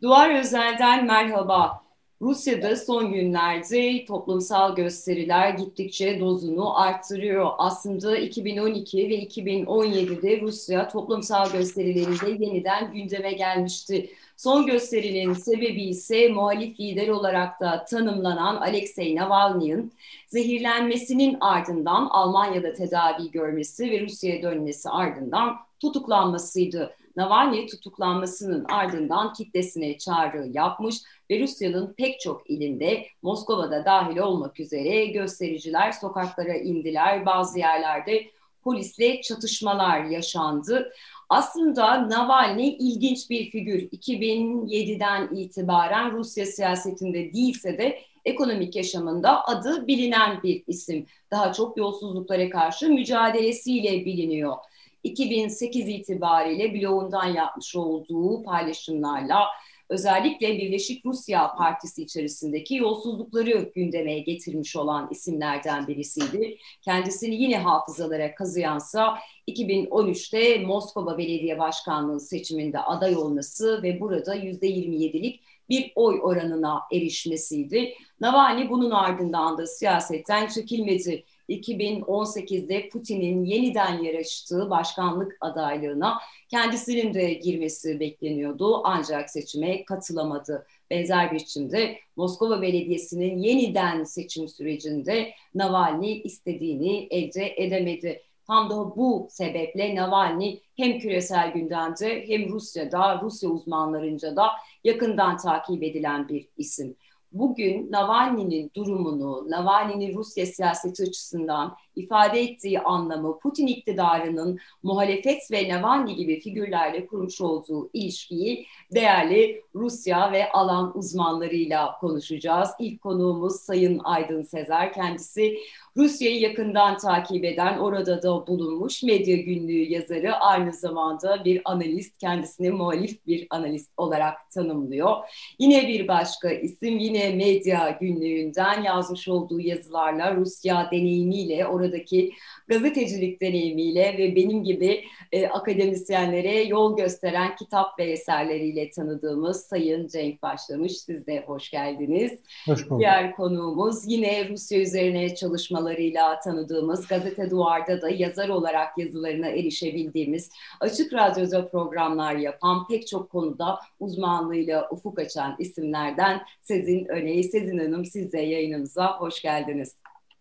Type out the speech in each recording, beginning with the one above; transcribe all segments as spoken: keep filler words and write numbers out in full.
Duvar Özel'den merhaba. Rusya'da son günlerde toplumsal gösteriler gittikçe dozunu arttırıyor. Aslında iki bin on iki ve iki bin on yedide Rusya toplumsal gösterilerinde yeniden gündeme gelmişti. Son gösterinin sebebi ise muhalif lider olarak da tanımlanan Alexei Navalny'nin zehirlenmesinin ardından Almanya'da tedavi görmesi ve Rusya'ya dönmesi ardından tutuklanmasıydı. Navalny tutuklanmasının ardından kitlesine çağrı yapmış ve Rusya'nın pek çok ilinde, Moskova'da dahil olmak üzere göstericiler sokaklara indiler. Bazı yerlerde polisle çatışmalar yaşandı. Aslında Navalny ilginç bir figür. iki bin yediden itibaren Rusya siyasetinde değilse de ekonomik yaşamında adı bilinen bir isim. Daha çok yolsuzluklara karşı mücadelesiyle biliniyor. iki bin sekiz itibariyle blogundan yapmış olduğu paylaşımlarla özellikle Birleşik Rusya Partisi içerisindeki yolsuzlukları gündeme getirmiş olan isimlerden birisiydi. Kendisini yine hafızalara kazıyansa iki bin on üçte Moskova Belediye Başkanlığı seçiminde aday olması ve burada yüzde yirmi yedilik bir oy oranına erişmesiydi. Navalny bunun ardından da siyasetten çekilmedi. iki bin on sekizde Putin'in yeniden yarıştığı başkanlık adaylığına kendisinin de girmesi bekleniyordu ancak seçime katılamadı. Benzer biçimde Moskova Belediyesi'nin yeniden seçim sürecinde Navalny istediğini elde edemedi. Tam da bu sebeple Navalny hem küresel gündemde hem Rusya'da, Rusya uzmanlarınca da yakından takip edilen bir isim. Bugün Navalny'nin durumunu, Navalny'nin Rusya siyaseti açısından ifade ettiği anlamı, Putin iktidarının muhalefet ve Navalny gibi figürlerle kurmuş olduğu ilişkiyi değerli Rusya ve alan uzmanlarıyla konuşacağız. İlk konuğumuz Sayın Aydın Sezer. Kendisi Rusya'yı yakından takip eden, orada da bulunmuş medya günlüğü yazarı, aynı zamanda bir analist, kendisini muhalif bir analist olarak tanımlıyor. Yine bir başka isim, yine medya günlüğünden yazmış olduğu yazılarla, Rusya deneyimiyle, oradaki gazetecilik deneyimiyle ve benim gibi e, akademisyenlere yol gösteren kitap ve eserleriyle tanıdığımız Sayın Cenk Başlamış. Siz de hoş geldiniz. Hoş bulduk. Diğer konuğumuz yine Rusya üzerine çalışmalarıyla tanıdığımız, Gazete Duvar'da da yazar olarak yazılarına erişebildiğimiz, Açık Radyo'da programlar yapan, pek çok konuda uzmanlığıyla ufuk açan isimlerden Sezin Öney. Sezin Hanım, siz de yayınımıza hoş geldiniz.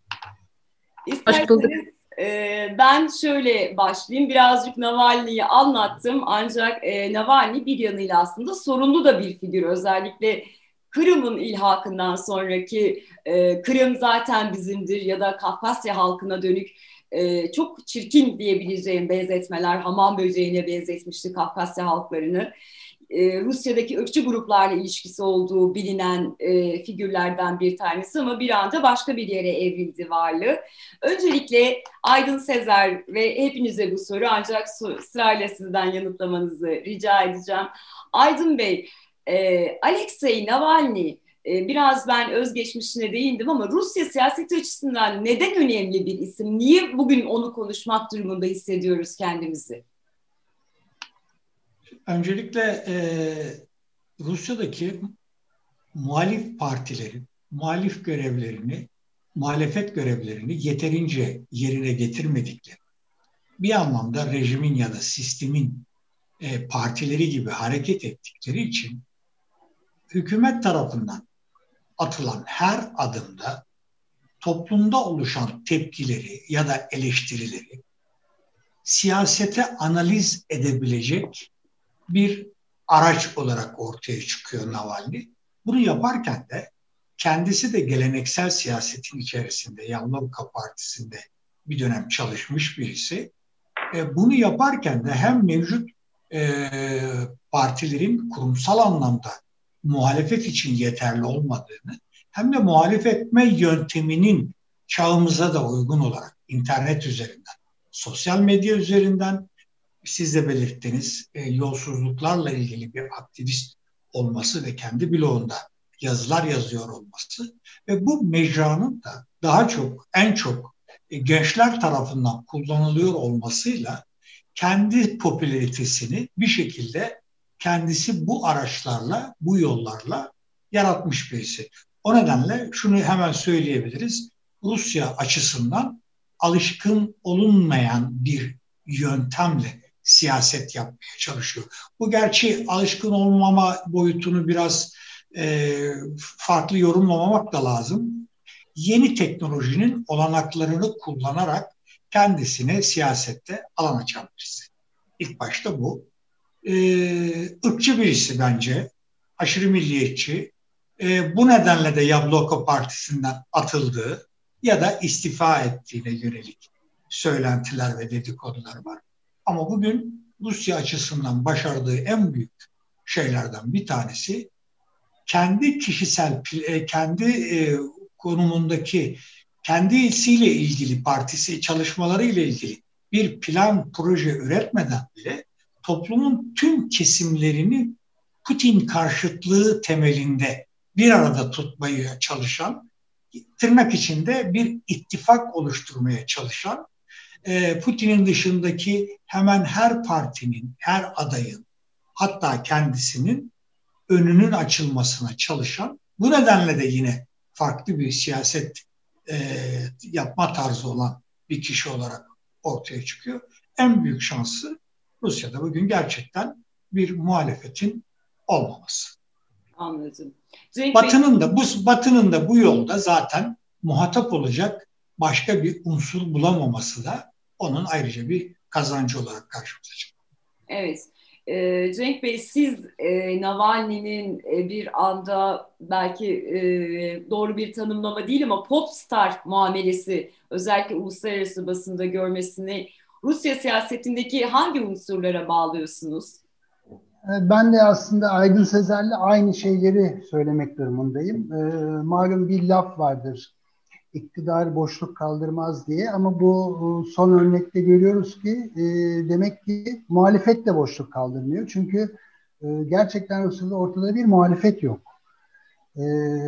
İsterseniz e, ben şöyle başlayayım. Birazcık Navalny'yi anlattım ancak e, Navalny bir yanıyla aslında sorunlu da bir figür. Özellikle Kırım'ın ilhakından sonraki e, Kırım zaten bizimdir ya da Kafkasya halkına dönük e, çok çirkin diyebileceğim benzetmeler, hamam böceğine benzetmişti Kafkasya halklarını. Ee, Rusya'daki ırkçı gruplarla ilişkisi olduğu bilinen e, figürlerden bir tanesi ama bir anda başka bir yere evrildi varlığı. Öncelikle Aydın Sezer ve hepinize bu soru ancak sırayla sizden yanıtlamanızı rica edeceğim. Aydın Bey, e, Alexei Navalny, e, biraz ben özgeçmişine değindim ama Rusya siyaseti açısından neden önemli bir isim? Niye bugün onu konuşmak durumunda hissediyoruz kendimizi? Öncelikle e, Rusya'daki muhalif partilerin muhalif görevlerini, muhalefet görevlerini yeterince yerine getirmedikleri, bir anlamda rejimin ya da sistemin e, partileri gibi hareket ettikleri için hükümet tarafından atılan her adımda toplumda oluşan tepkileri ya da eleştirileri siyasete analiz edebilecek bir araç olarak ortaya çıkıyor Navalny. Bunu yaparken de kendisi de geleneksel siyasetin içerisinde, Yamlovka Partisi'nde bir dönem çalışmış birisi. E, bunu yaparken de hem mevcut e, partilerin kurumsal anlamda muhalefet için yeterli olmadığını hem de muhalefet etme yönteminin çağımıza da uygun olarak internet üzerinden, sosyal medya üzerinden, siz de belirttiniz, e, yolsuzluklarla ilgili bir aktivist olması ve kendi blogunda yazılar yazıyor olması ve bu mecranın da daha çok, en çok e, gençler tarafından kullanılıyor olmasıyla kendi popülaritesini bir şekilde kendisi bu araçlarla, bu yollarla yaratmış birisi. O nedenle şunu hemen söyleyebiliriz. Rusya açısından alışkın olunmayan bir yöntemle siyaset yapmaya çalışıyor. Bu gerçi alışkın olmama boyutunu biraz e, farklı yorumlamamak da lazım. Yeni teknolojinin olanaklarını kullanarak kendisine siyasette alan açan birisi. İlk başta bu. Ee, ırkçı birisi bence. Aşırı milliyetçi. Ee, bu nedenle de Yabloko Partisi'nden atıldığı ya da istifa ettiğine yönelik söylentiler ve dedikodular var. Ama bugün Rusya açısından başardığı en büyük şeylerden bir tanesi kendi kişisel, kendi e, konumundaki kendisiyle ilgili, partisi çalışmaları ile ilgili bir plan, proje üretmeden bile toplumun tüm kesimlerini Putin karşıtlığı temelinde bir arada tutmaya çalışan, tırnak içinde bir ittifak oluşturmaya çalışan, Putin'in dışındaki hemen her partinin, her adayın, hatta kendisinin önünün açılmasına çalışan, bu nedenle de yine farklı bir siyaset e, yapma tarzı olan bir kişi olarak ortaya çıkıyor. En büyük şansı Rusya'da bugün gerçekten bir muhalefetin olmaması. Anladım. Batı'nın da bu Batı'nın da bu yolda zaten muhatap olacak başka bir unsur bulamaması da onun ayrıca bir kazancı olarak karşımıza çıkıyor. Evet. E, Cenk Bey, siz e, Navalny'nin e, bir anda belki e, doğru bir tanımlama değil ama popstar muamelesi özellikle uluslararası basında görmesini Rusya siyasetindeki hangi unsurlara bağlıyorsunuz? Ben de aslında Aydın Sezer'le aynı şeyleri söylemek durumundayım. E, malum bir laf vardır. İktidar boşluk kaldırmaz diye, ama bu son örnekte görüyoruz ki e, demek ki muhalefet de boşluk kaldırmıyor. Çünkü e, gerçekten Rusya'da ortada bir muhalefet yok. E,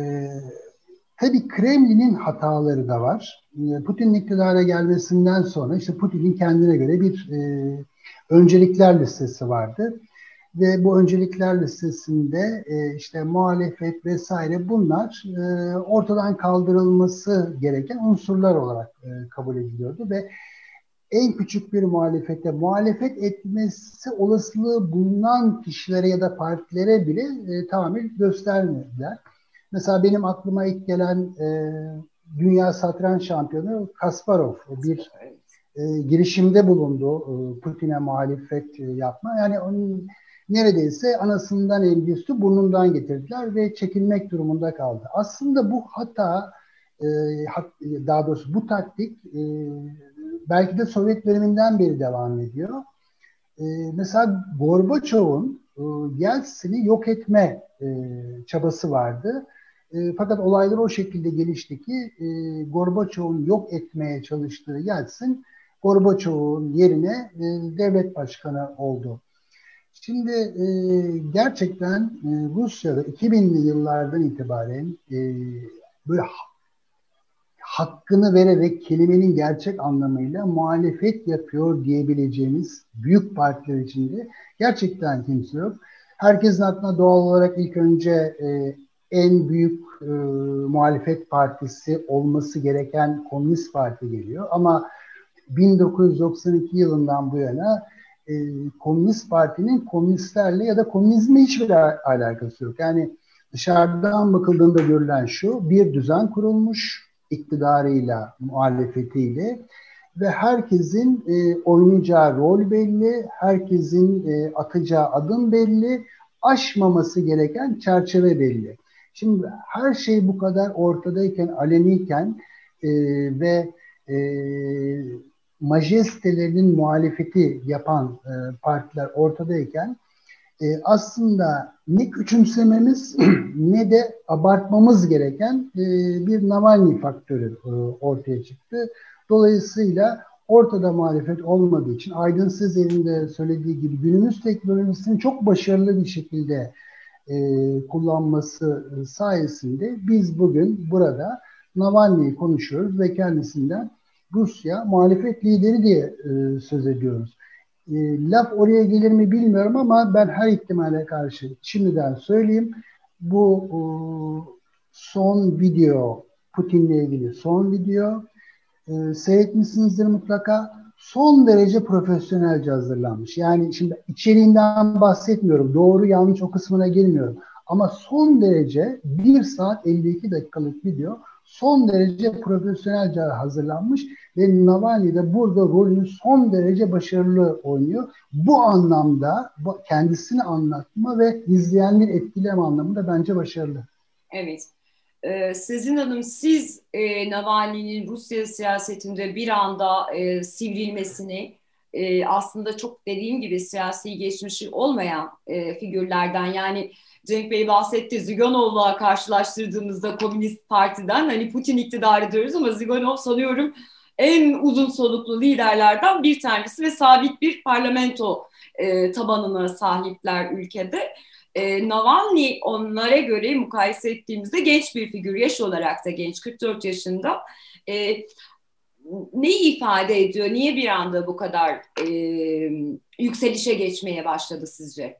tabii Kremlin'in hataları da var. E, Putin'in iktidara gelmesinden sonra işte Putin'in kendine göre bir e, öncelikler listesi vardı. Ve bu öncelikler listesinde e, işte muhalefet vesaire bunlar e, ortadan kaldırılması gereken unsurlar olarak e, kabul ediliyordu ve en küçük bir muhalefete muhalefet etmesi olasılığı bulunan kişilere ya da partilere bile e, tahammül göstermediler. Mesela benim aklıma ilk gelen e, dünya satranç şampiyonu Kasparov bir e, girişimde bulundu e, Putin'e muhalefet e, yapma. Yani onun neredeyse anasından emdiği sütü burnundan getirdiler ve çekilmek durumunda kaldı. Aslında bu hata, e, daha doğrusu bu taktik e, belki de Sovyet döneminden beri devam ediyor. E, mesela Gorbaçov'un e, Yeltsin'i yok etme e, çabası vardı. E, fakat olaylar o şekilde gelişti ki e, Gorbaçov'un yok etmeye çalıştığı Yeltsin, Gorbaçov'un yerine e, devlet başkanı oldu. Şimdi e, gerçekten e, Rusya'da iki binli yıllardan itibaren e, böyle hakkını vererek kelimenin gerçek anlamıyla muhalefet yapıyor diyebileceğimiz büyük partiler içinde gerçekten kimse yok. Herkesin aklına doğal olarak ilk önce e, en büyük e, muhalefet partisi olması gereken Komünist Parti geliyor. Ama bin dokuz yüz doksan iki yılından bu yana e, Komünist Parti'nin komünistlerle ya da komünizmle hiçbir alakası yok. Yani dışarıdan bakıldığında görülen şu: bir düzen kurulmuş, iktidarıyla, muhalefetiyle ve herkesin e, oynayacağı rol belli, herkesin e, atacağı adım belli, aşmaması gereken çerçeve belli. Şimdi her şey bu kadar ortadayken, aleniyken e, ve e, majestelerinin muhalefeti yapan e, partiler ortadayken e, aslında ne küçümsememiz ne de abartmamız gereken e, bir Navalny faktörü e, ortaya çıktı. Dolayısıyla ortada muhalefet olmadığı için Aydın Sezer'in de söylediği gibi günümüz teknolojisini çok başarılı bir şekilde e, kullanması sayesinde biz bugün burada Navalny'yi konuşuyoruz ve kendisinden Rusya muhalefet lideri diye e, söz ediyoruz. E, laf oraya gelir mi bilmiyorum ama ben her ihtimale karşı şimdiden söyleyeyim. Bu e, son video, Putin'le ilgili son video, e, seyretmişsinizdir mutlaka. Son derece profesyonelce hazırlanmış. Yani şimdi içeriğinden bahsetmiyorum. Doğru yanlış o kısmına girmiyorum. Ama son derece bir saat elli iki dakikalık video son derece profesyonelce hazırlanmış ve Navalny de burada rolünü son derece başarılı oynuyor. Bu anlamda kendisini anlatma ve izleyenleri etkileme anlamında bence başarılı. Evet. Ee, Sezin Hanım, siz e, Navalny'nin Rusya siyasetinde bir anda e, sivrilmesini, e, aslında çok dediğim gibi siyasi geçmişi olmayan e, figürlerden, yani Cenk Bey bahsetti, Ziganov'la karşılaştırdığımızda Komünist Parti'den, hani Putin iktidarı diyoruz ama Ziganov sanıyorum en uzun soluklu liderlerden bir tanesi ve sabit bir parlamento e, tabanına sahipler ülkede. E, Navalny onlara göre mukayese ettiğimizde genç bir figür, yaş olarak da genç, kırk dört yaşında. E, neyi ifade ediyor? Niye bir anda bu kadar e, yükselişe geçmeye başladı sizce?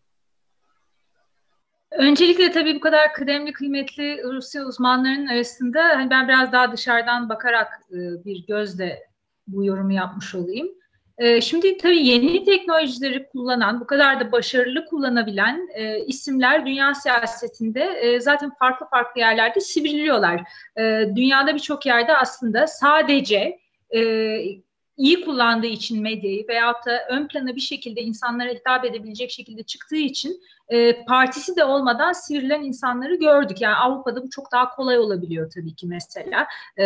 Öncelikle tabii bu kadar kıdemli, kıymetli Rusya uzmanlarının arasında hani ben biraz daha dışarıdan bakarak e, bir gözle bu yorumu yapmış olayım. E, şimdi tabii yeni teknolojileri kullanan, bu kadar da başarılı kullanabilen e, isimler dünya siyasetinde e, zaten farklı farklı yerlerde sivriliyorlar. E, dünyada birçok yerde aslında sadece e, iyi kullandığı için medyayı veyahut da ön plana bir şekilde insanlara hitap edebilecek şekilde çıktığı için e, partisi de olmadan sivrilen insanları gördük. Yani Avrupa'da bu çok daha kolay olabiliyor tabii ki mesela. E,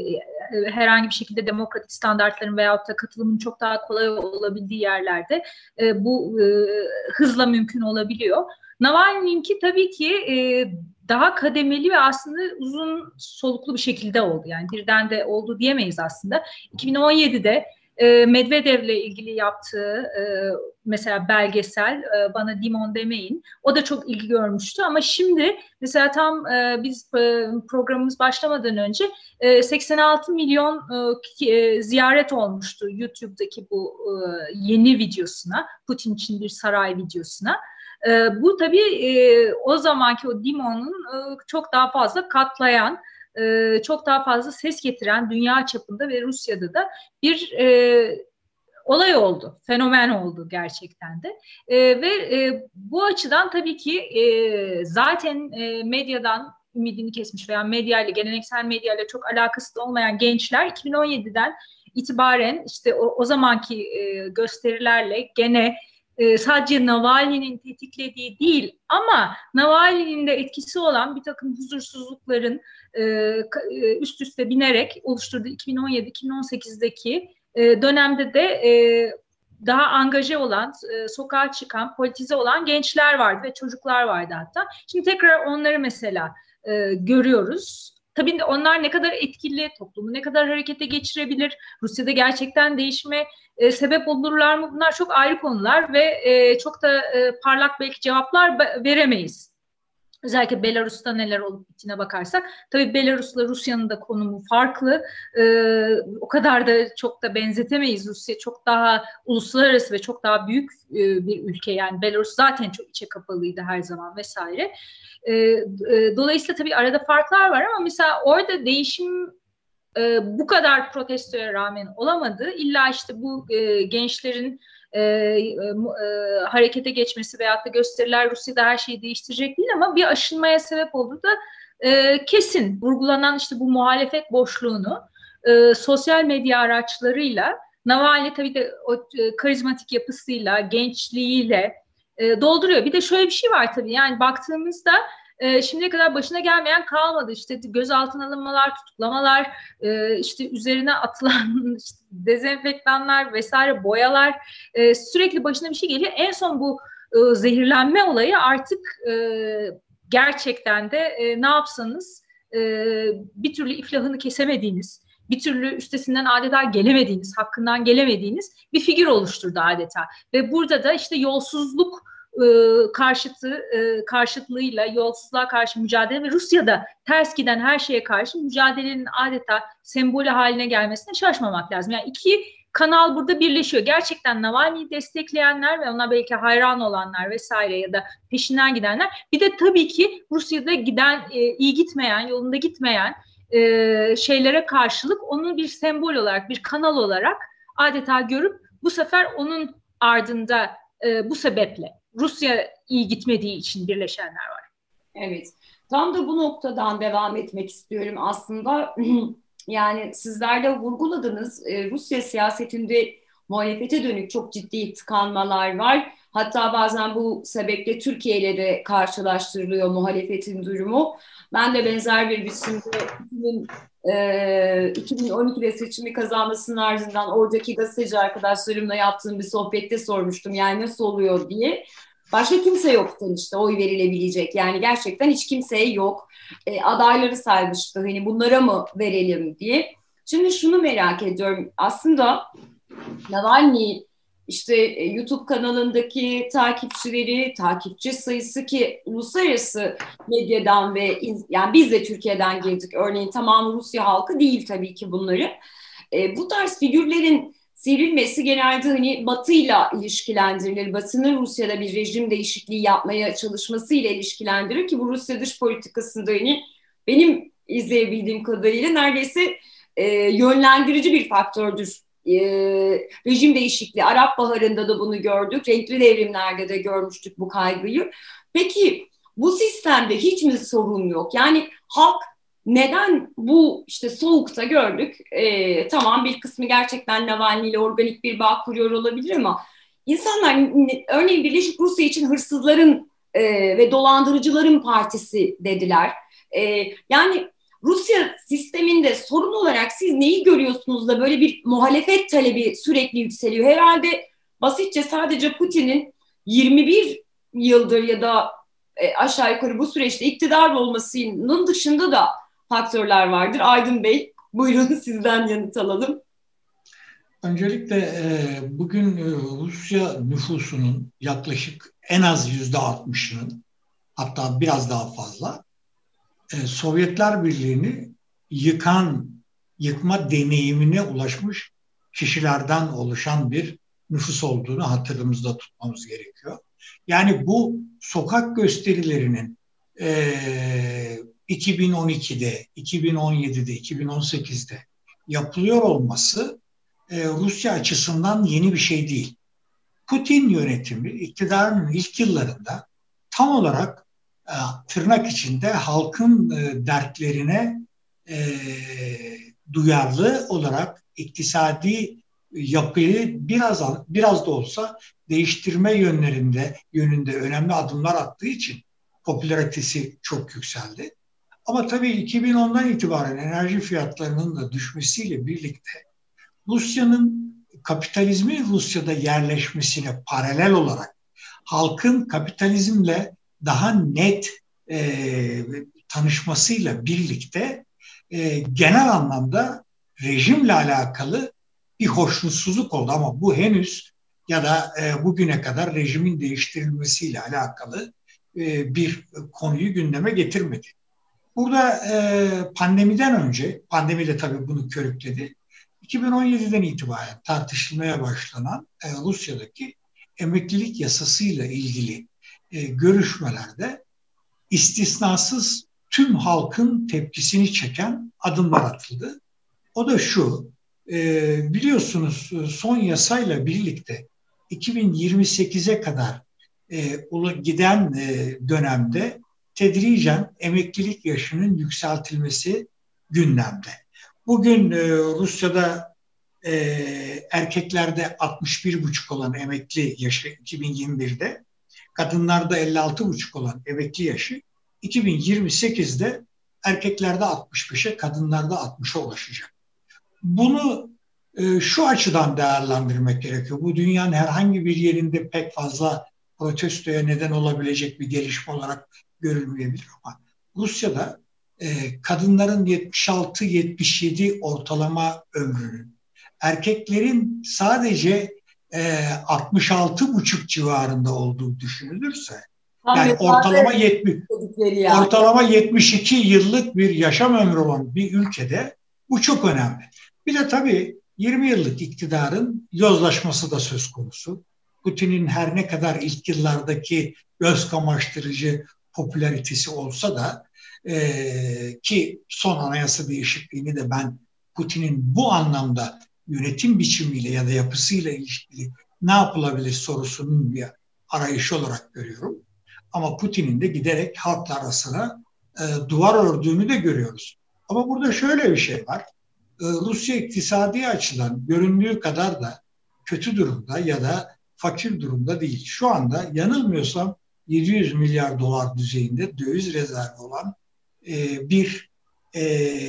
herhangi bir şekilde demokratik standartların veyahut da katılımın çok daha kolay olabildiği yerlerde e, bu e, hızla mümkün olabiliyor. Navalny'ninki tabii ki e, daha kademeli ve aslında uzun soluklu bir şekilde oldu. Yani birden de oldu diyemeyiz aslında. iki bin on yedide e, Medvedev'le ilgili yaptığı e, mesela belgesel e, Bana Dimon Demeyin, o da çok ilgi görmüştü ama şimdi mesela tam e, biz e, programımız başlamadan önce e, seksen altı milyon e, e, ziyaret olmuştu YouTube'daki bu e, yeni videosuna, Putin için bir saray videosuna. E, bu tabii e, o zamanki o Dimon'un e, çok daha fazla katlayan, e, çok daha fazla ses getiren dünya çapında ve Rusya'da da bir e, olay oldu, fenomen oldu gerçekten de. E, ve e, bu açıdan tabii ki e, zaten e, medyadan ümidini kesmiş veya medyayla, geleneksel medyayla çok alakası olmayan gençler iki bin on yediden itibaren işte o, o zamanki e, gösterilerle gene e, sadece Navalny'nin tetiklediği değil ama Navalny'nin de etkisi olan bir takım huzursuzlukların e, üst üste binerek oluşturduğu iki bin on yedi iki bin on sekizdeki e, dönemde de e, daha angaje olan, e, sokağa çıkan, politize olan gençler vardı ve çocuklar vardı hatta. Şimdi tekrar onları mesela e, görüyoruz. Tabii onlar ne kadar etkili, toplumu ne kadar harekete geçirebilir, Rusya'da gerçekten değişime e, sebep olurlar mı? Bunlar çok ayrı konular ve e, çok da e, parlak belki cevaplar veremeyiz. Özellikle Belarus'ta neler olup bittiğine bakarsak. Tabii Belarus'la Rusya'nın da konumu farklı. Ee, o kadar da çok da benzetemeyiz. Rusya çok daha uluslararası ve çok daha büyük e, bir ülke. Yani Belarus zaten çok içe kapalıydı her zaman vesaire. Ee, e, dolayısıyla tabii arada farklar var ama mesela orada değişim e, bu kadar protestoya rağmen olamadı. İlla işte bu e, gençlerin E, e, e, harekete geçmesi veyahut da gösteriler Rusya'da her şeyi değiştirecek değil ama bir aşınmaya sebep oldu da e, kesin. Vurgulanan işte bu muhalefet boşluğunu e, sosyal medya araçlarıyla, Navalny tabii de o e, karizmatik yapısıyla, gençliğiyle e, dolduruyor. Bir de şöyle bir şey var tabii, yani baktığımızda E, şimdiye kadar başına gelmeyen kalmadı. İşte gözaltına alınmalar, tutuklamalar, e, işte üzerine atılan işte dezenfektanlar vesaire, boyalar, e, sürekli başına bir şey geliyor. En son bu e, zehirlenme olayı artık e, gerçekten de e, ne yapsanız e, bir türlü iflahını kesemediğiniz, bir türlü üstesinden adeta gelemediğiniz, hakkından gelemediğiniz bir figür oluşturdu adeta. Ve burada da işte yolsuzluk e, karşıtı e, karşıtlığıyla yolsuzluğa karşı mücadele ve Rusya'da ters giden her şeye karşı mücadelenin adeta sembolü haline gelmesine şaşmamak lazım. Yani iki kanal burada birleşiyor. Gerçekten Navalny'yi destekleyenler ve ona belki hayran olanlar vesaire ya da peşinden gidenler. Bir de tabii ki Rusya'da giden, e, iyi gitmeyen, yolunda gitmeyen e, şeylere karşılık onu bir sembol olarak, bir kanal olarak adeta görüp bu sefer onun ardında e, bu sebeple Rusya iyi gitmediği için birleşenler var. Evet. Tam da bu noktadan devam etmek istiyorum aslında. Yani sizler de vurguladınız. Ee, Rusya siyasetinde muhalefete dönük çok ciddi tıkanmalar var. Hatta bazen bu sebeple Türkiye ile de karşılaştırılıyor muhalefetin durumu. Ben de benzer bir biçimde iki bin on ikide seçimi kazanmasının ardından oradaki gazeteci arkadaşlarımla yaptığım bir sohbette sormuştum. Yani nasıl oluyor diye. Başka kimse yoktu işte oy verilebilecek. Yani gerçekten hiç kimseye yok. E, adayları saymıştı. Hani bunlara mı verelim diye. Şimdi şunu merak ediyorum. Aslında Navalny işte e, YouTube kanalındaki takipçileri, takipçi sayısı ki uluslararası medyadan ve in, yani biz de Türkiye'den girdik. Örneğin tamamı Rusya halkı değil tabii ki bunları. E, bu tarz figürlerin sivrilmesi genelde hani Batı'yla ilişkilendirilir. Batı'nın Rusya'da bir rejim değişikliği yapmaya çalışmasıyla ilişkilendirilir ki bu Rusya dış politikasında hani benim izleyebildiğim kadarıyla neredeyse e, yönlendirici bir faktördür. E, rejim değişikliği, Arap Baharı'nda da bunu gördük, renkli devrimlerde de görmüştük bu kaygıyı. Peki bu sistemde hiç mi sorun yok? Yani halk neden bu işte soğukta gördük? Ee, tamam bir kısmı gerçekten Navalny ile organik bir bağ kuruyor olabilir ama insanlar örneğin Birleşik Rusya için hırsızların e, ve dolandırıcıların partisi dediler. E, yani Rusya sisteminde sorun olarak siz neyi görüyorsunuz da böyle bir muhalefet talebi sürekli yükseliyor? Herhalde basitçe sadece Putin'in yirmi bir yıldır ya da e, aşağı yukarı bu süreçte iktidar olmasının dışında da faktörler vardır. Aydın Bey, buyurun sizden yanıt alalım. Öncelikle e, bugün e, Rusya nüfusunun yaklaşık en az yüzde altmışının hatta biraz daha fazla e, Sovyetler Birliği'ni yıkan, yıkma deneyimine ulaşmış kişilerden oluşan bir nüfus olduğunu hatırımızda tutmamız gerekiyor. Yani bu sokak gösterilerinin e, iki bin on ikide, iki bin on yedide, iki bin on sekizde yapılıyor olması e, Rusya açısından yeni bir şey değil. Putin yönetimi iktidarının ilk yıllarında tam olarak e, tırnak içinde halkın e, dertlerine e, duyarlı olarak iktisadi yapıyı biraz biraz da olsa değiştirme yönlerinde yönünde önemli adımlar attığı için popülaritesi çok yükseldi. Ama tabii iki bin ondan itibaren enerji fiyatlarının da düşmesiyle birlikte Rusya'nın kapitalizmin Rusya'da yerleşmesine paralel olarak halkın kapitalizmle daha net e, tanışmasıyla birlikte e, genel anlamda rejimle alakalı bir hoşnutsuzluk oldu ama bu henüz ya da e, bugüne kadar rejimin değiştirilmesiyle alakalı e, bir konuyu gündeme getirmedi. Burada e, pandemiden önce, pandemi de tabii bunu körükledi, iki bin on yediden itibaren tartışılmaya başlanan e, Rusya'daki emeklilik yasasıyla ilgili e, görüşmelerde istisnasız tüm halkın tepkisini çeken adımlar atıldı. O da şu, e, biliyorsunuz son yasayla birlikte iki bin yirmi sekize kadar e, giden e, dönemde tedricen emeklilik yaşının yükseltilmesi gündemde. Bugün e, Rusya'da e, erkeklerde altmış bir buçuk olan emekli yaşı iki bin yirmi birde, kadınlarda elli altı buçuk olan emekli yaşı iki bin yirmi sekizde erkeklerde altmış beşe, kadınlarda altmışa ulaşacak. Bunu e, şu açıdan değerlendirmek gerekiyor. Bu dünyanın herhangi bir yerinde pek fazla protestoya neden olabilecek bir gelişme olarak görülmeyebilir ama Rusya'da e, kadınların yetmiş altı yetmiş yedi ortalama ömrünün, erkeklerin sadece e, altmış altı buçuk civarında olduğu düşünülürse, Tam yani ortalama yetmiş yani. ortalama yetmiş iki yıllık bir yaşam ömrü olan bir ülkede bu çok önemli. Bir de tabii yirmi yıllık iktidarın yozlaşması da söz konusu. Putin'in her ne kadar ilk yıllardaki göz kamaştırıcı popülaritesi olsa da e, ki son anayasa değişikliğini de ben Putin'in bu anlamda yönetim biçimiyle ya da yapısıyla ilişkili ne yapılabilir sorusunun bir arayışı olarak görüyorum. Ama Putin'in de giderek halkla arasına e, duvar ördüğünü de görüyoruz. Ama burada şöyle bir şey var. E, Rusya iktisadi açıdan göründüğü kadar da kötü durumda ya da fakir durumda değil. Şu anda yanılmıyorsam yedi yüz milyar dolar düzeyinde döviz rezervi olan e, bir e,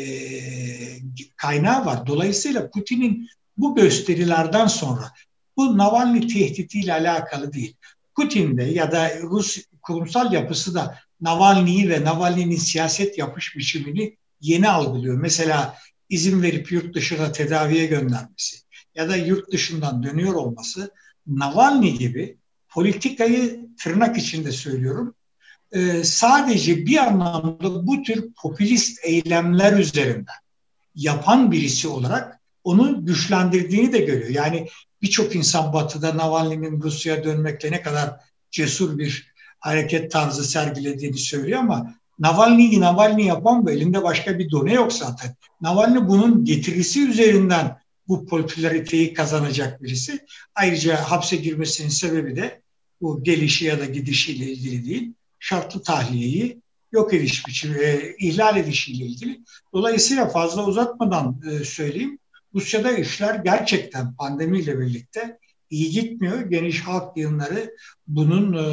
kaynağı var. Dolayısıyla Putin'in bu gösterilerden sonra bu Navalny tehditiyle alakalı değil. Putin'de ya da Rus kurumsal yapısı da Navalny'yi ve Navalny'nin siyaset yapış biçimini yeni algılıyor. Mesela izin verip yurt dışına tedaviye göndermesi ya da yurt dışından dönüyor olması Navalny gibi politikayı tırnak içinde söylüyorum e, sadece bir anlamda bu tür popülist eylemler üzerinden yapan birisi olarak onu güçlendirdiğini de görüyor. Yani birçok insan Batı'da Navalny'nin Rusya'ya dönmekle ne kadar cesur bir hareket tarzı sergilediğini söylüyor ama Navalny'yi Navalny yapan bu. Elinde başka bir done yok zaten. Navalny bunun getirisi üzerinden bu popülariteyi kazanacak birisi. Ayrıca hapse girmesinin sebebi de bu gelişi ya da gidişiyle ilgili değil. Şartlı tahliyeyi yok ediş biçimi, e, ihlal edişiyle ilgili. Dolayısıyla fazla uzatmadan e, söyleyeyim. Rusya'da işler gerçekten pandemiyle birlikte iyi gitmiyor. Geniş halk yığınları bunun e,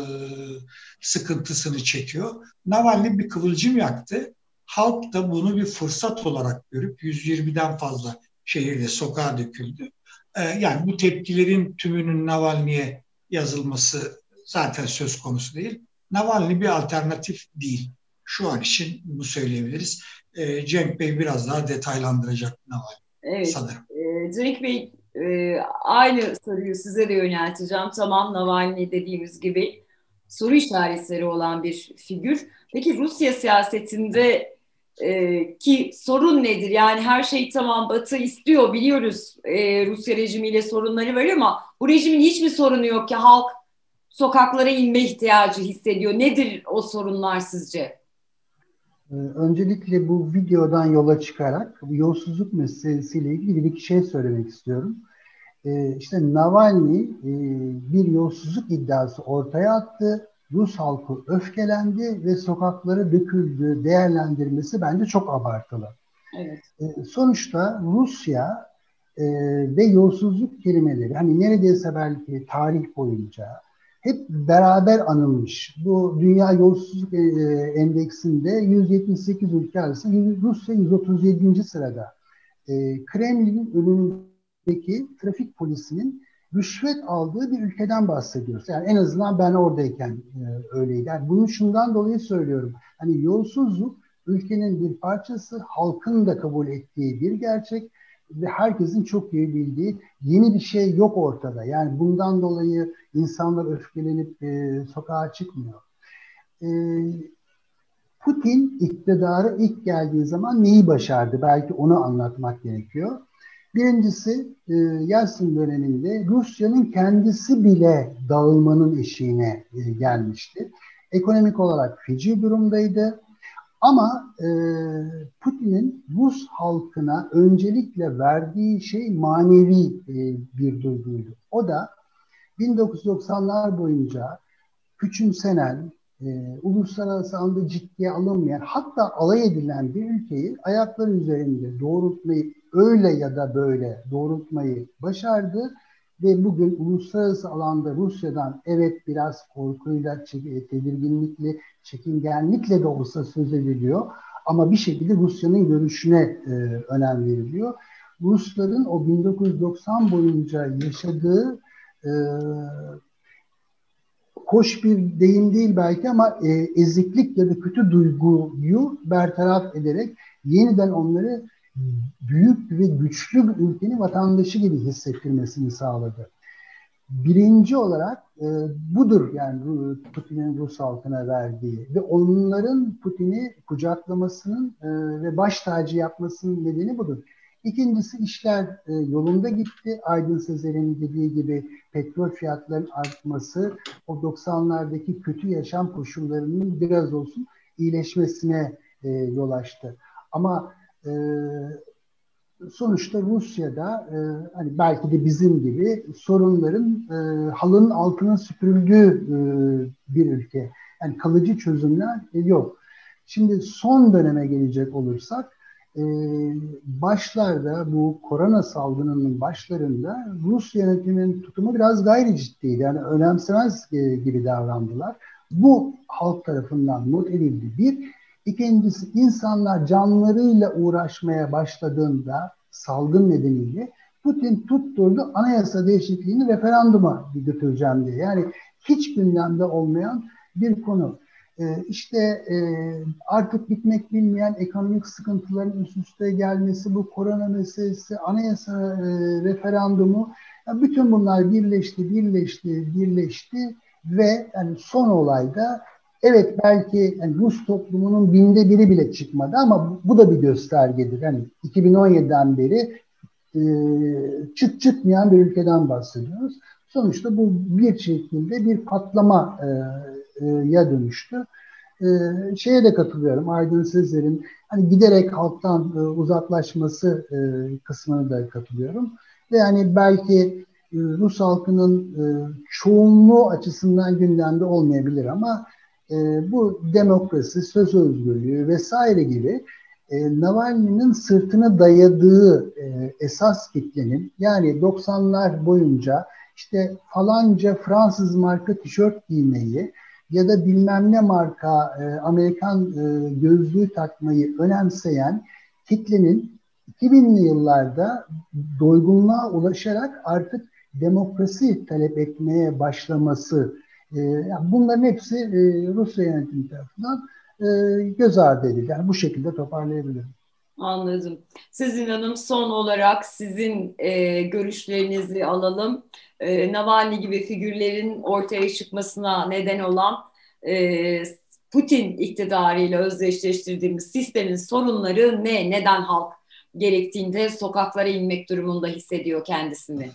sıkıntısını çekiyor. Navalny bir kıvılcım yaktı. Halk da bunu bir fırsat olarak görüp yüz yirmiden fazla şehirde sokağa döküldü. E, yani bu tepkilerin tümünün Navalny'ye yazılması zaten söz konusu değil. Navalny bir alternatif değil. Şu an için bunu söyleyebiliriz. E, Cenk Bey biraz daha detaylandıracak Navalny. Evet. Sanırım. E, Cenk Bey e, aynı soruyu size de yönelteceğim. Tamam, Navalny dediğimiz gibi soru işaretleri olan bir figür. Peki Rusya siyasetinde e, ki sorun nedir? Yani her şey tamam, Batı istiyor biliyoruz. E, Rusya rejimiyle sorunları var ama bu rejimin hiçbir sorunu yok ki halk sokaklara inme ihtiyacı hissediyor. Nedir o sorunlar sizce? Öncelikle bu videodan yola çıkarak bu yolsuzluk meselesiyle ilgili bir iki şey söylemek istiyorum. İşte Navalny bir yolsuzluk iddiası ortaya attı. Rus halkı öfkelendi ve sokaklara döküldü değerlendirmesi bence çok abartılı. Evet. Sonuçta Rusya ve yolsuzluk kelimeleri hani neredeyse belki tarih boyunca hep beraber anılmış. Bu Dünya Yolsuzluk Endeksinde yüz yetmiş sekiz ülke arasında Rusya yüz otuz yedinci sırada. Kremlin'in önündeki trafik polisinin rüşvet aldığı bir ülkeden bahsediyoruz. Yani en azından ben oradayken öyleydi. Yani bunu şundan dolayı söylüyorum. Hani yolsuzluk ülkenin bir parçası, halkın da kabul ettiği bir gerçek ve herkesin çok iyi bildiği, yeni bir şey yok ortada. Yani bundan dolayı insanlar öfkelenip e, sokağa çıkmıyor. E, Putin iktidara ilk geldiği zaman neyi başardı? Belki onu anlatmak gerekiyor. Birincisi e, Yeltsin döneminde Rusya'nın kendisi bile dağılmanın eşiğine e, gelmişti. Ekonomik olarak feci durumdaydı. Ama e, Putin'in Rus halkına öncelikle verdiği şey manevi e, bir duyguydu. O da bin dokuz yüz doksanlar boyunca küçümsenen, e, uluslararası anda ciddiye alınmayan, hatta alay edilen bir ülkeyi ayakları üzerinde doğrultmayı, öyle ya da böyle doğrultmayı başardı. Ve bugün uluslararası alanda Rusya'dan evet biraz korkuyla, tedirginlikle, çekingenlikle de olsa söz ediliyor. Ama bir şekilde Rusya'nın görüşüne e, önem veriliyor. Rusların o bin dokuz yüz doksan boyunca yaşadığı e, hoş bir deyim değil belki ama e, eziklik ya da kötü duyguyu bertaraf ederek yeniden onları büyük ve güçlü bir ülkenin vatandaşı gibi hissettirmesini sağladı. birinci olarak e, budur yani Putin'in Rus halkına verdiği ve onların Putin'i kucaklamasının e, ve baş tacı yapmasının nedeni budur. İkincisi işler e, yolunda gitti. Aydın Sezer'in dediği gibi petrol fiyatlarının artması o doksanlardaki kötü yaşam koşullarının biraz olsun iyileşmesine e, yol açtı. Ama e, sonuçta Rusya'da e, hani belki de bizim gibi sorunların e, halının altına süpürüldüğü e, bir ülke. Yani kalıcı çözümler e, yok. Şimdi son döneme gelecek olursak e, başlarda bu korona salgınının başlarında Rus yönetiminin tutumu biraz gayri ciddiydi. Yani önemsemez e, gibi davrandılar. Bu halk tarafından not edildi. Bir. İkincisi insanlar canlarıyla uğraşmaya başladığında salgın nedeniyle Putin tutturdu anayasa değişikliğini referanduma götüreceğim diye. Yani hiç gündemde olmayan bir konu. Ee, işte e, artık bitmek bilmeyen ekonomik sıkıntıların üst üste gelmesi, bu korona meselesi, anayasa e, referandumu, yani bütün bunlar birleşti, birleşti, birleşti ve yani son olayda evet belki yani Rus toplumunun binde biri bile çıkmadı ama bu, bu da bir göstergedir. Yani iki bin on yediden beri e, çıt çıkmayan bir ülkeden bahsediyoruz. Sonuçta bu bir şekilde bir patlamaya dönüştü. E, şeye de katılıyorum. Aydın Sezer'in hani giderek halktan e, uzaklaşması e, kısmına da katılıyorum. Ve yani belki e, Rus halkının e, çoğunluğu açısından gündemde olmayabilir ama e, bu demokrasi, söz özgürlüğü vesaire gibi e, Navalny'nin sırtına dayadığı e, esas kitlenin yani doksanlar boyunca işte falanca Fransız marka tişört giymeyi ya da bilmem ne marka e, Amerikan e, gözlüğü takmayı önemseyen kitlenin iki binli yıllarda doygunluğa ulaşarak artık demokrasi talep etmeye başlaması. E, yani bunların hepsi e, Rusya yönetimi tarafından e, göz ardı edildi. Yani bu şekilde toparlayabilirim. Anladım. Sezin Hanım, son olarak sizin e, görüşlerinizi alalım. E, Navalny gibi figürlerin ortaya çıkmasına neden olan e, Putin iktidarıyla özdeşleştirdiğimiz sistemin sorunları ne? Neden halk gerektiğinde sokaklara inmek durumunda hissediyor kendisini?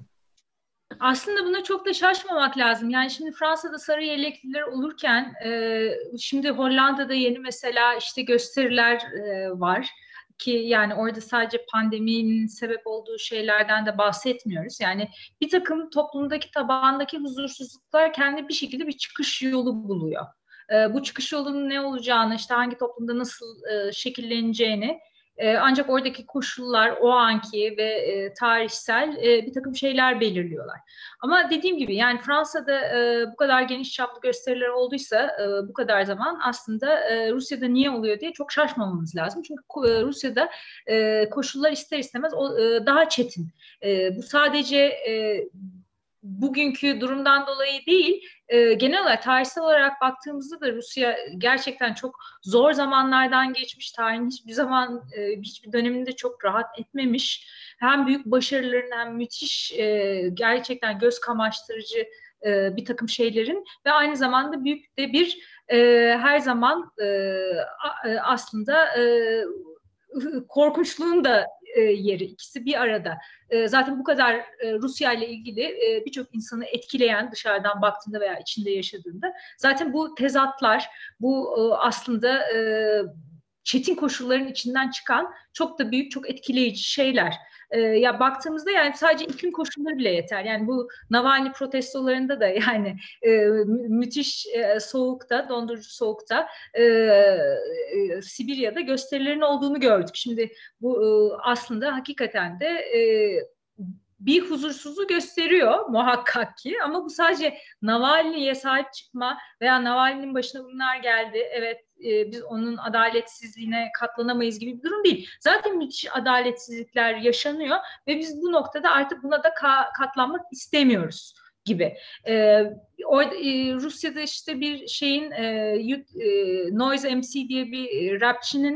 Aslında buna çok da şaşmamak lazım. Yani şimdi Fransa'da sarı yelekliler olurken e, şimdi Hollanda'da yeni mesela işte gösteriler e, var. Ki yani orada sadece pandeminin sebep olduğu şeylerden de bahsetmiyoruz. Yani bir takım toplumdaki tabandaki huzursuzluklar kendi bir şekilde bir çıkış yolu buluyor. E, bu çıkış yolunun ne olacağını, işte hangi toplumda nasıl e, şekilleneceğini e, ancak oradaki koşullar o anki ve e, tarihsel e, bir takım şeyler belirliyorlar. Ama dediğim gibi yani Fransa'da e, bu kadar geniş çaplı gösteriler olduysa e, bu kadar zaman aslında e, Rusya'da niye oluyor diye çok şaşmamamız lazım. Çünkü e, Rusya'da e, koşullar ister istemez o, e, daha çetin. E, bu sadece e, bugünkü durumdan dolayı değil, e, genel olarak tarihsel olarak baktığımızda da Rusya gerçekten çok zor zamanlardan geçmiş. Tarihin hiçbir zaman, e, hiçbir döneminde çok rahat etmemiş. Hem büyük başarıların hem müthiş, e, gerçekten göz kamaştırıcı e, bir takım şeylerin ve aynı zamanda büyük de bir e, her zaman e, aslında e, korkunçluğun da e, yeri. İkisi bir arada. E, zaten bu kadar e, Rusya ile ilgili e, birçok insanı etkileyen, dışarıdan baktığında veya içinde yaşadığında zaten bu tezatlar, bu e, aslında e, çetin koşulların içinden çıkan çok da büyük, çok etkileyici şeyler. E, ya baktığımızda yani sadece iklim koşulları bile yeter. Yani bu Navalny protestolarında da yani e, mü- müthiş e, soğukta, dondurucu soğukta e, e, Sibirya'da gösterilerin olduğunu gördük. Şimdi bu e, aslında hakikaten de e, bir huzursuzluğu gösteriyor muhakkak ki, ama bu sadece Navalny'ye sahip çıkma veya Navalny'nin başına bunlar geldi, evet e, biz onun adaletsizliğine katlanamayız gibi bir durum değil. Zaten müthiş adaletsizlikler yaşanıyor ve biz bu noktada artık buna da ka- katlanmak istemiyoruz gibi. E, orada, e, Rusya'da işte bir şeyin e, e, Noise M C diye bir rapçinin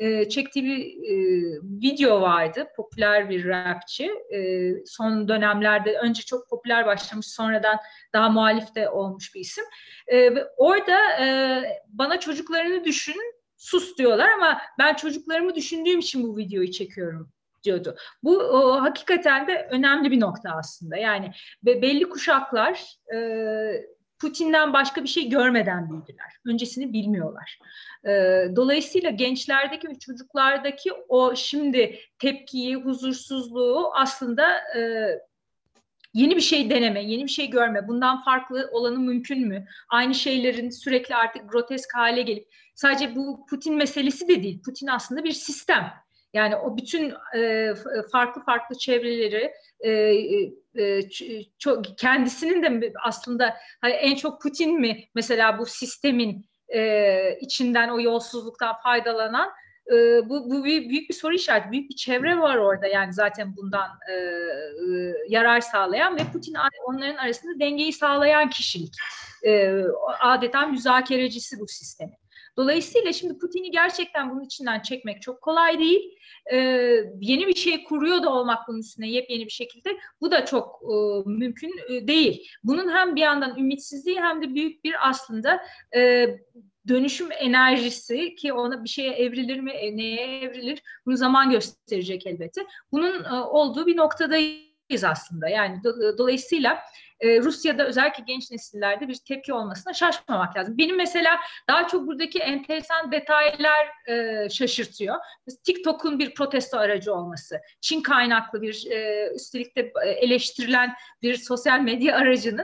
e, çektiği bir e, video vardı. Popüler bir rapçi. E, son dönemlerde önce çok popüler başlamış, sonradan daha muhalif de olmuş bir isim. E, orada e, bana çocuklarını düşün, sus diyorlar ama ben çocuklarımı düşündüğüm için bu videoyu çekiyorum diyordu. Bu o, hakikaten de önemli bir nokta aslında. Yani be, belli kuşaklar e, Putin'den başka bir şey görmeden büyüdüler. Öncesini bilmiyorlar. E, dolayısıyla gençlerdeki ve çocuklardaki o şimdi tepkiyi, huzursuzluğu aslında e, yeni bir şey deneme, yeni bir şey görme, bundan farklı olanı mümkün mü? Aynı şeylerin sürekli artık grotesk hale gelip, sadece bu Putin meselesi de değil. Putin aslında bir sistem. Yani o bütün e, farklı farklı çevreleri e, e, çok, kendisinin de aslında hani en çok Putin mi mesela bu sistemin e, içinden, o yolsuzluktan faydalanan, e, bu, bu büyük, büyük bir soru işareti, büyük bir çevre var orada yani zaten bundan e, e, yarar sağlayan ve Putin onların arasında dengeyi sağlayan kişilik. E, adeta müzakerecisi bu sistemin. Dolayısıyla şimdi Putin'i gerçekten bunun içinden çekmek çok kolay değil. Ee, yeni bir şey kuruyor da olmak bunun üstüne yepyeni bir şekilde, bu da çok e, mümkün e, değil. Bunun hem bir yandan ümitsizliği hem de büyük bir aslında e, dönüşüm enerjisi, ki ona bir şeye evrilir mi, e, neye evrilir, bunu zaman gösterecek elbette. Bunun e, olduğu bir noktadayız aslında. Yani do, dolayısıyla e, Rusya'da özellikle genç nesillerde bir tepki olmasına şaşmamak lazım. Benim mesela daha çok buradaki enteresan detaylar e, şaşırtıyor. TikTok'un bir protesto aracı olması, Çin kaynaklı bir e, üstelik de eleştirilen bir sosyal medya aracının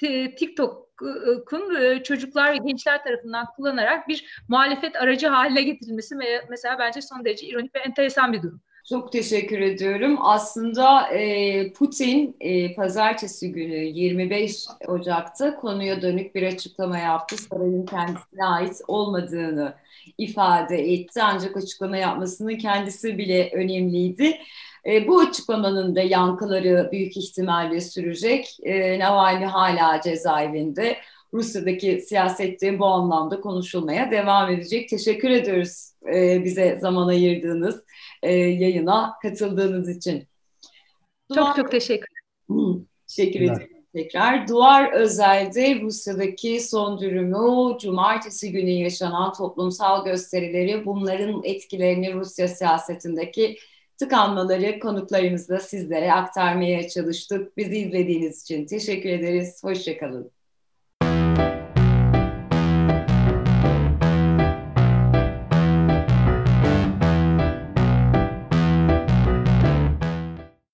TikTok'un çocuklar ve gençler tarafından kullanarak bir muhalefet aracı haline getirilmesi mesela bence son derece ironik ve enteresan bir durum. Çok teşekkür ediyorum. Aslında e, Putin e, pazartesi günü yirmi beş Ocak'ta konuya dönük bir açıklama yaptı. Sarayın kendisine ait olmadığını ifade etti. Ancak açıklama yapmasının kendisi bile önemliydi. E, bu açıklamanın da yankıları büyük ihtimalle sürecek. E, Navalny hala cezaevinde. Rusya'daki siyasette bu anlamda konuşulmaya devam edecek. Teşekkür ediyoruz e, bize zaman ayırdığınız, e, yayına katıldığınız için. Çok Duvar... çok teşekkür ederim. Teşekkür ederim tekrar. Duvar Özel'de Rusya'daki son durumu, cumartesi günü yaşanan toplumsal gösterileri, bunların etkilerini Rusya siyasetindeki tıkanmaları konuklarımızla sizlere aktarmaya çalıştık. Bizi izlediğiniz için teşekkür ederiz. Hoşça kalın.